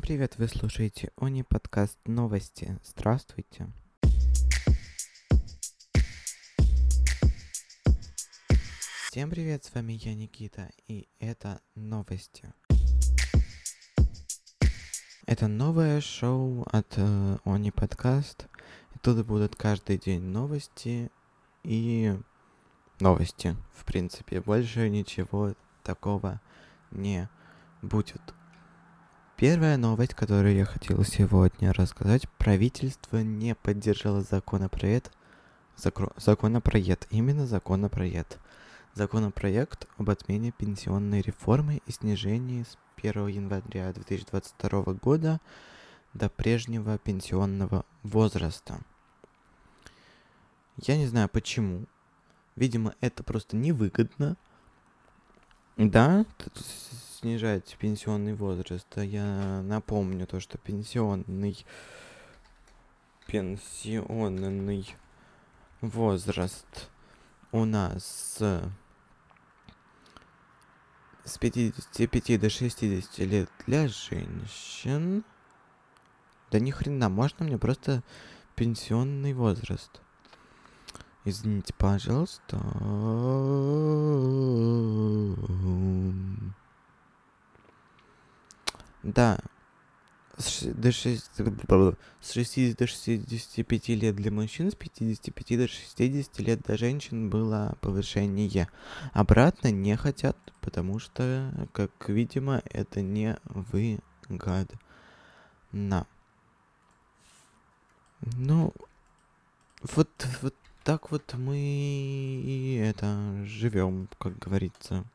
привет, вы слушаете Они подкаст новости. Здравствуйте. Всем привет, с вами я, Никита, и это новости. Это новое шоу от Они подкаст. И тут будут каждый день новости и новости. В принципе, больше ничего такого не будет. Первая новость, которую я хотел сегодня рассказать. Правительство не поддержало законопроект, законопроект об отмене пенсионной реформы и снижении с 1 января 2022 года до прежнего пенсионного возраста. Я не знаю почему. Видимо, это просто невыгодно. Да, снижать пенсионный возраст. Я напомню то, что пенсионный возраст у нас с 55 до 60 лет для женщин. Да ни хрена, можно мне просто пенсионный возраст? Извините, пожалуйста. Да, с 60 до 65 лет для мужчин, с 55 до 60 лет для женщин было повышение. Обратно не хотят, потому что, как видимо, это не выгодно. Ну, вот так вот мы и живем, как говорится.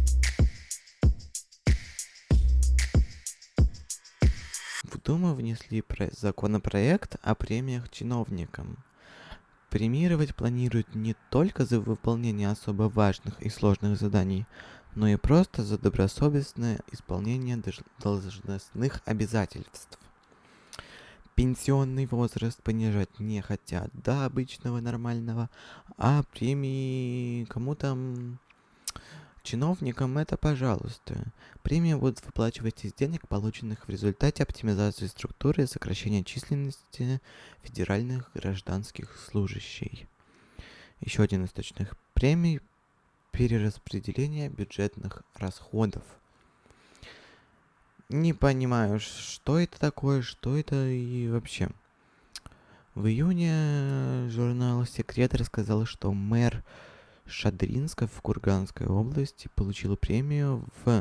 В Думу внесли законопроект о премиях чиновникам. Премировать планируют не только за выполнение особо важных и сложных заданий, но и просто за добросовестное исполнение должностных обязательств. Пенсионный возраст понижать не хотят до обычного нормального, а премии кому-то чиновникам это пожалуйста. Премии будут выплачивать из денег, полученных в результате оптимизации структуры и сокращения численности федеральных гражданских служащих. Еще один источник премий – перераспределение бюджетных расходов. Не понимаю, что это такое, что это и вообще. В июне журнал «Секрет» рассказал, что мэр Шадринска в Курганской области получила премию в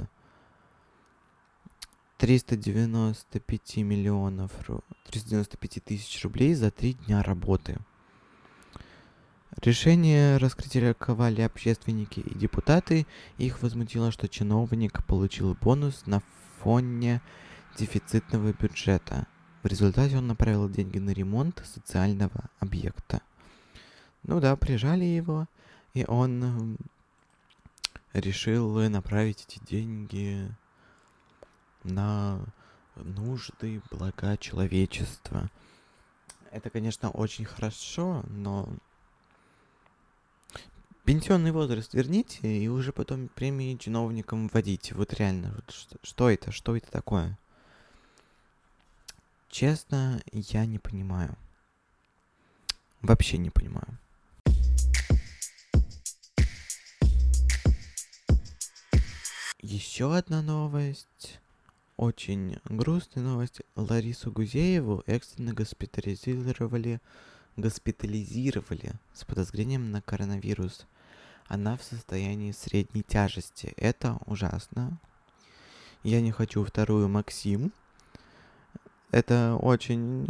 395 тысяч рублей за 3 дня работы. Решение раскритиковали общественники и депутаты. Их возмутило, что чиновник получил бонус на фоне дефицитного бюджета. В результате он направил деньги на ремонт социального объекта. Ну да, прижали его, и он решил направить эти деньги на нужды, блага человечества. Это, конечно, очень хорошо, но пенсионный возраст верните и уже потом премии чиновникам вводите. Вот реально, что это? Что это такое? Честно, я не понимаю. Вообще не понимаю. Еще одна новость. Очень грустная новость. Ларису Гузееву экстренно госпитализировали с подозрением на коронавирус. Она в состоянии средней тяжести. Это ужасно. Я не хочу вторую Максим. Это очень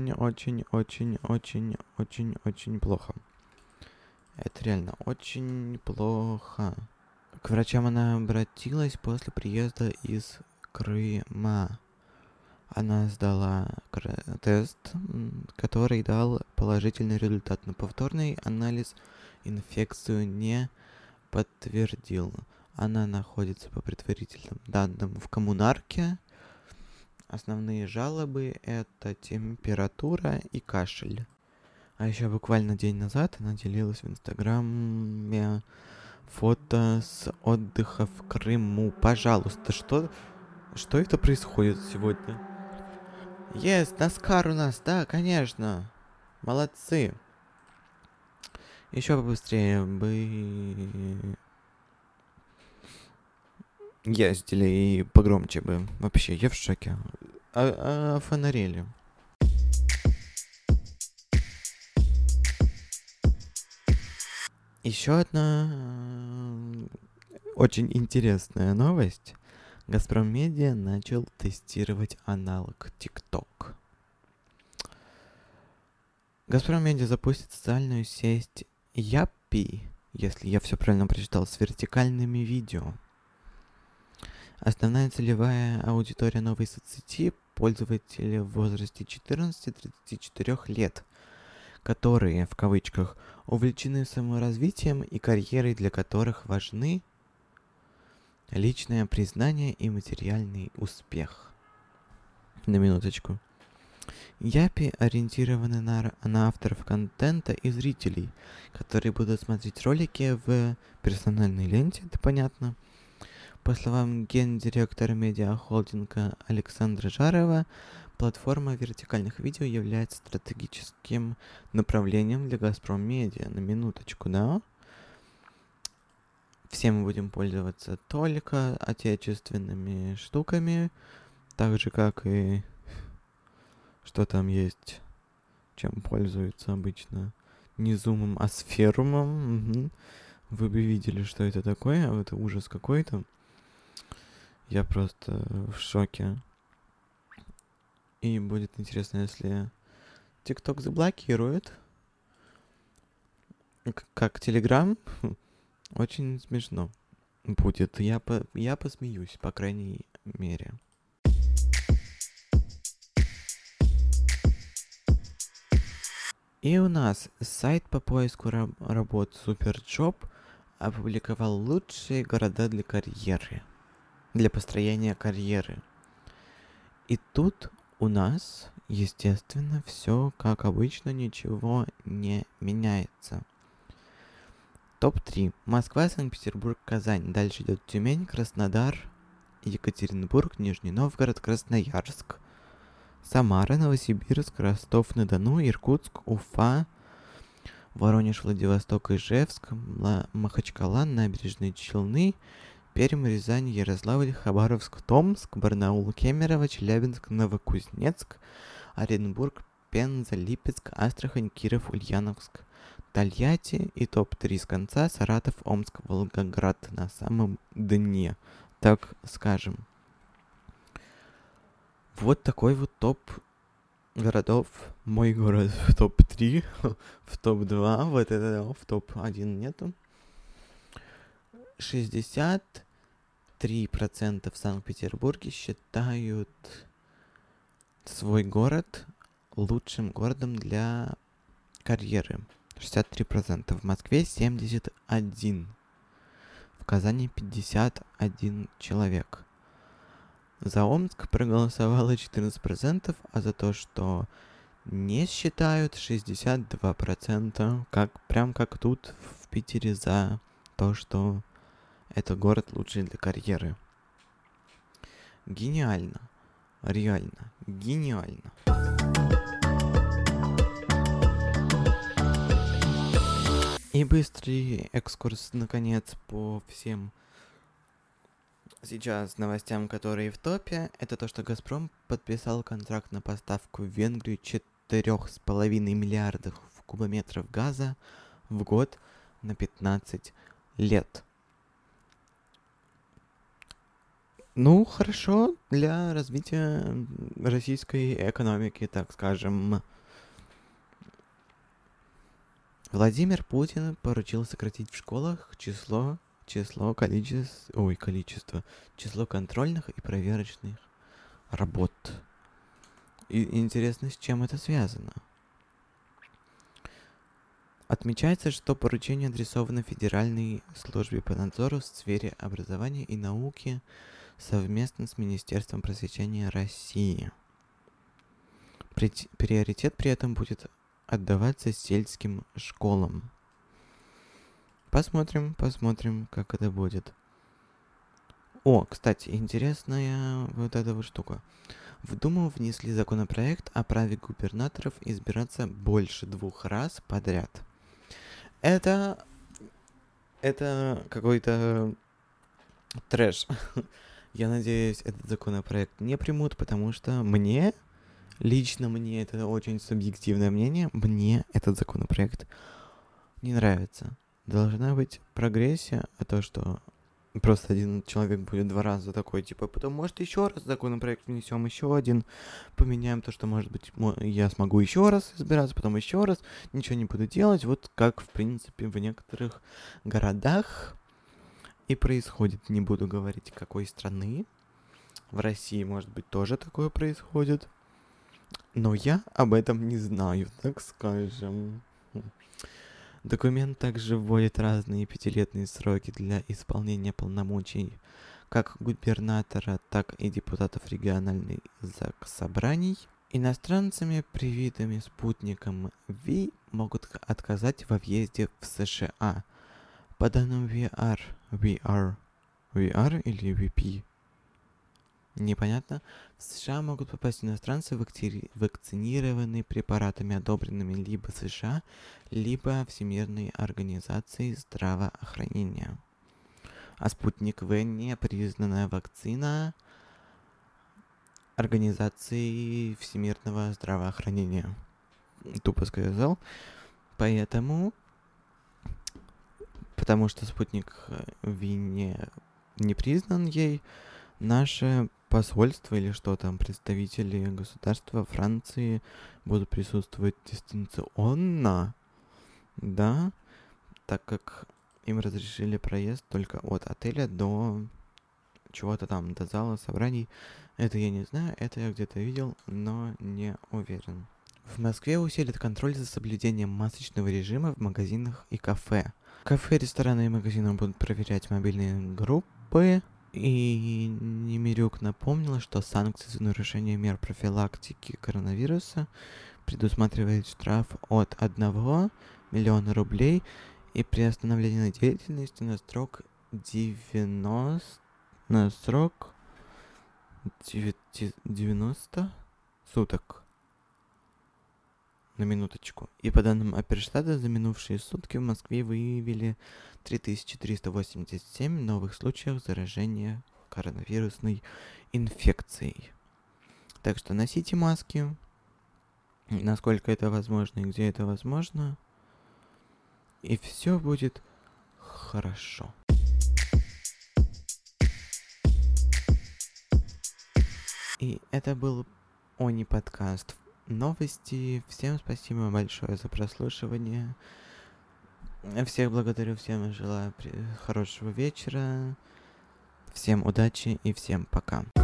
плохо. Это реально очень плохо. К врачам она обратилась после приезда из Крыма. Она сдала тест, который дал положительный результат, но повторный анализ инфекцию не подтвердил. Она находится по предварительным данным в коммунарке. Основные жалобы – это температура и кашель. А еще буквально день назад она делилась в Инстаграме фото с отдыха в Крыму. Пожалуйста, что это происходит сегодня? Есть, Наскар у нас, да, конечно. Молодцы. Еще побыстрее бы ездили и погромче бы. Вообще, я в шоке. Фонарели. Еще одна очень интересная новость. Газпром Медиа начал тестировать аналог TikTok. Газпром Медиа запустит социальную сеть Япи, если я все правильно прочитал, с вертикальными видео. Основная целевая аудитория новой соцсети — пользователи в возрасте 14-34 лет, которые, в кавычках, увлечены саморазвитием и карьерой, для которых важны личное признание и материальный успех. На минуточку. Япи ориентированы на авторов контента и зрителей, которые будут смотреть ролики в персональной ленте, это понятно. По словам гендиректора медиахолдинга Александра Жарова, платформа вертикальных видео является стратегическим направлением для Газпром Медиа. На минуточку, да? Все мы будем пользоваться только отечественными штуками, так же, как и что там есть, чем пользуются обычно. Не зумом, а сферумом. Угу. Вы бы видели, что это такое, а это ужас какой-то. Я просто в шоке. И будет интересно, если TikTok заблокирует. Как Telegram. Очень смешно будет. Я посмеюсь, по крайней мере. И у нас сайт по поиску работ Superjob опубликовал лучшие города для карьеры. Для построения карьеры. И тут у нас, естественно, все как обычно, ничего не меняется. Топ-3. Москва, Санкт-Петербург, Казань. Дальше идет Тюмень, Краснодар, Екатеринбург, Нижний Новгород, Красноярск, Самара, Новосибирск, Ростов-на-Дону, Иркутск, Уфа, Воронеж, Владивосток, Ижевск, Махачкала, Набережные Челны, Пермь, Рязань, Ярославль, Хабаровск, Томск, Барнаул, Кемерово, Челябинск, Новокузнецк, Оренбург, Пенза, Липецк, Астрахань, Киров, Ульяновск, Тольятти и топ-3 с конца Саратов, Омск, Волгоград на самом дне, так скажем. Вот такой вот топ городов. Мой город в топ-3, в топ-2, вот это в топ-1 нету. 63% в Санкт-Петербурге считают свой город лучшим городом для карьеры. 63%. В Москве 71%. В Казани 51 человек. За Омск проголосовало 14%, а за то, что не считают, 62%. Прям как тут в Питере за то, что это город лучший для карьеры. Гениально. Реально. Гениально. И быстрый экскурс, наконец, по всем сейчас новостям, которые в топе. Это то, что Газпром подписал контракт на поставку в Венгрию 4,5 миллиардов кубометров газа в год на 15 лет. Ну, хорошо для развития российской экономики, так скажем. Владимир Путин поручил сократить в школах число контрольных и проверочных работ. И интересно, с чем это связано. Отмечается, что поручение адресовано Федеральной службе по надзору в сфере образования и науки совместно с Министерством просвещения России. Приоритет при этом будет отдаваться сельским школам. Посмотрим, как это будет. О, кстати, интересная вот эта вот штука. В Думу внесли законопроект о праве губернаторов избираться больше 2 раз подряд. Это какой-то трэш. Я надеюсь, этот законопроект не примут, потому что лично мне, это очень субъективное мнение, мне этот законопроект не нравится. Должна быть прогрессия, а то, что просто один человек будет 2 раза такой, типа, потом, может, еще раз законопроект внесем, еще один, поменяем то, что, может быть, я смогу еще раз избираться, потом еще раз, ничего не буду делать, вот как, в принципе, в некоторых городах и происходит. Не буду говорить, какой страны. В России, может быть, тоже такое происходит. Но я об этом не знаю, так скажем. Документ также вводит разные 5-летние сроки для исполнения полномочий как губернатора, так и депутатов региональных собраний. Иностранцами, привитыми спутником Ви, могут отказать во въезде в США. По данным VR или VP, непонятно, в США могут попасть иностранцы, вакцинированные препаратами, одобренными либо США, либо Всемирной организацией здравоохранения. А спутник В не признанная вакцина Организации Всемирного здравоохранения. Тупо сказал. Потому что спутник V не признан ей, наше посольство или что там, представители государства Франции будут присутствовать дистанционно, да, так как им разрешили проезд только от отеля до чего-то там, до зала собраний. Это я не знаю, это я где-то видел, но не уверен. В Москве усилит контроль за соблюдением масочного режима в магазинах и кафе. Кафе, рестораны и магазины будут проверять мобильные группы. И Немирюк напомнил, что санкции за нарушение мер профилактики коронавируса предусматривает штраф от 1 миллиона рублей и приостановление деятельности на срок 90 суток. На минуточку. И по данным Оперштата, за минувшие сутки в Москве выявили 3387 новых случаев заражения коронавирусной инфекцией. Так что носите маски, насколько это возможно и где это возможно, и все будет хорошо. И это был Они подкаст. Новости. Всем спасибо большое за прослушивание. Всех благодарю, всем желаю хорошего вечера. Всем удачи и всем пока.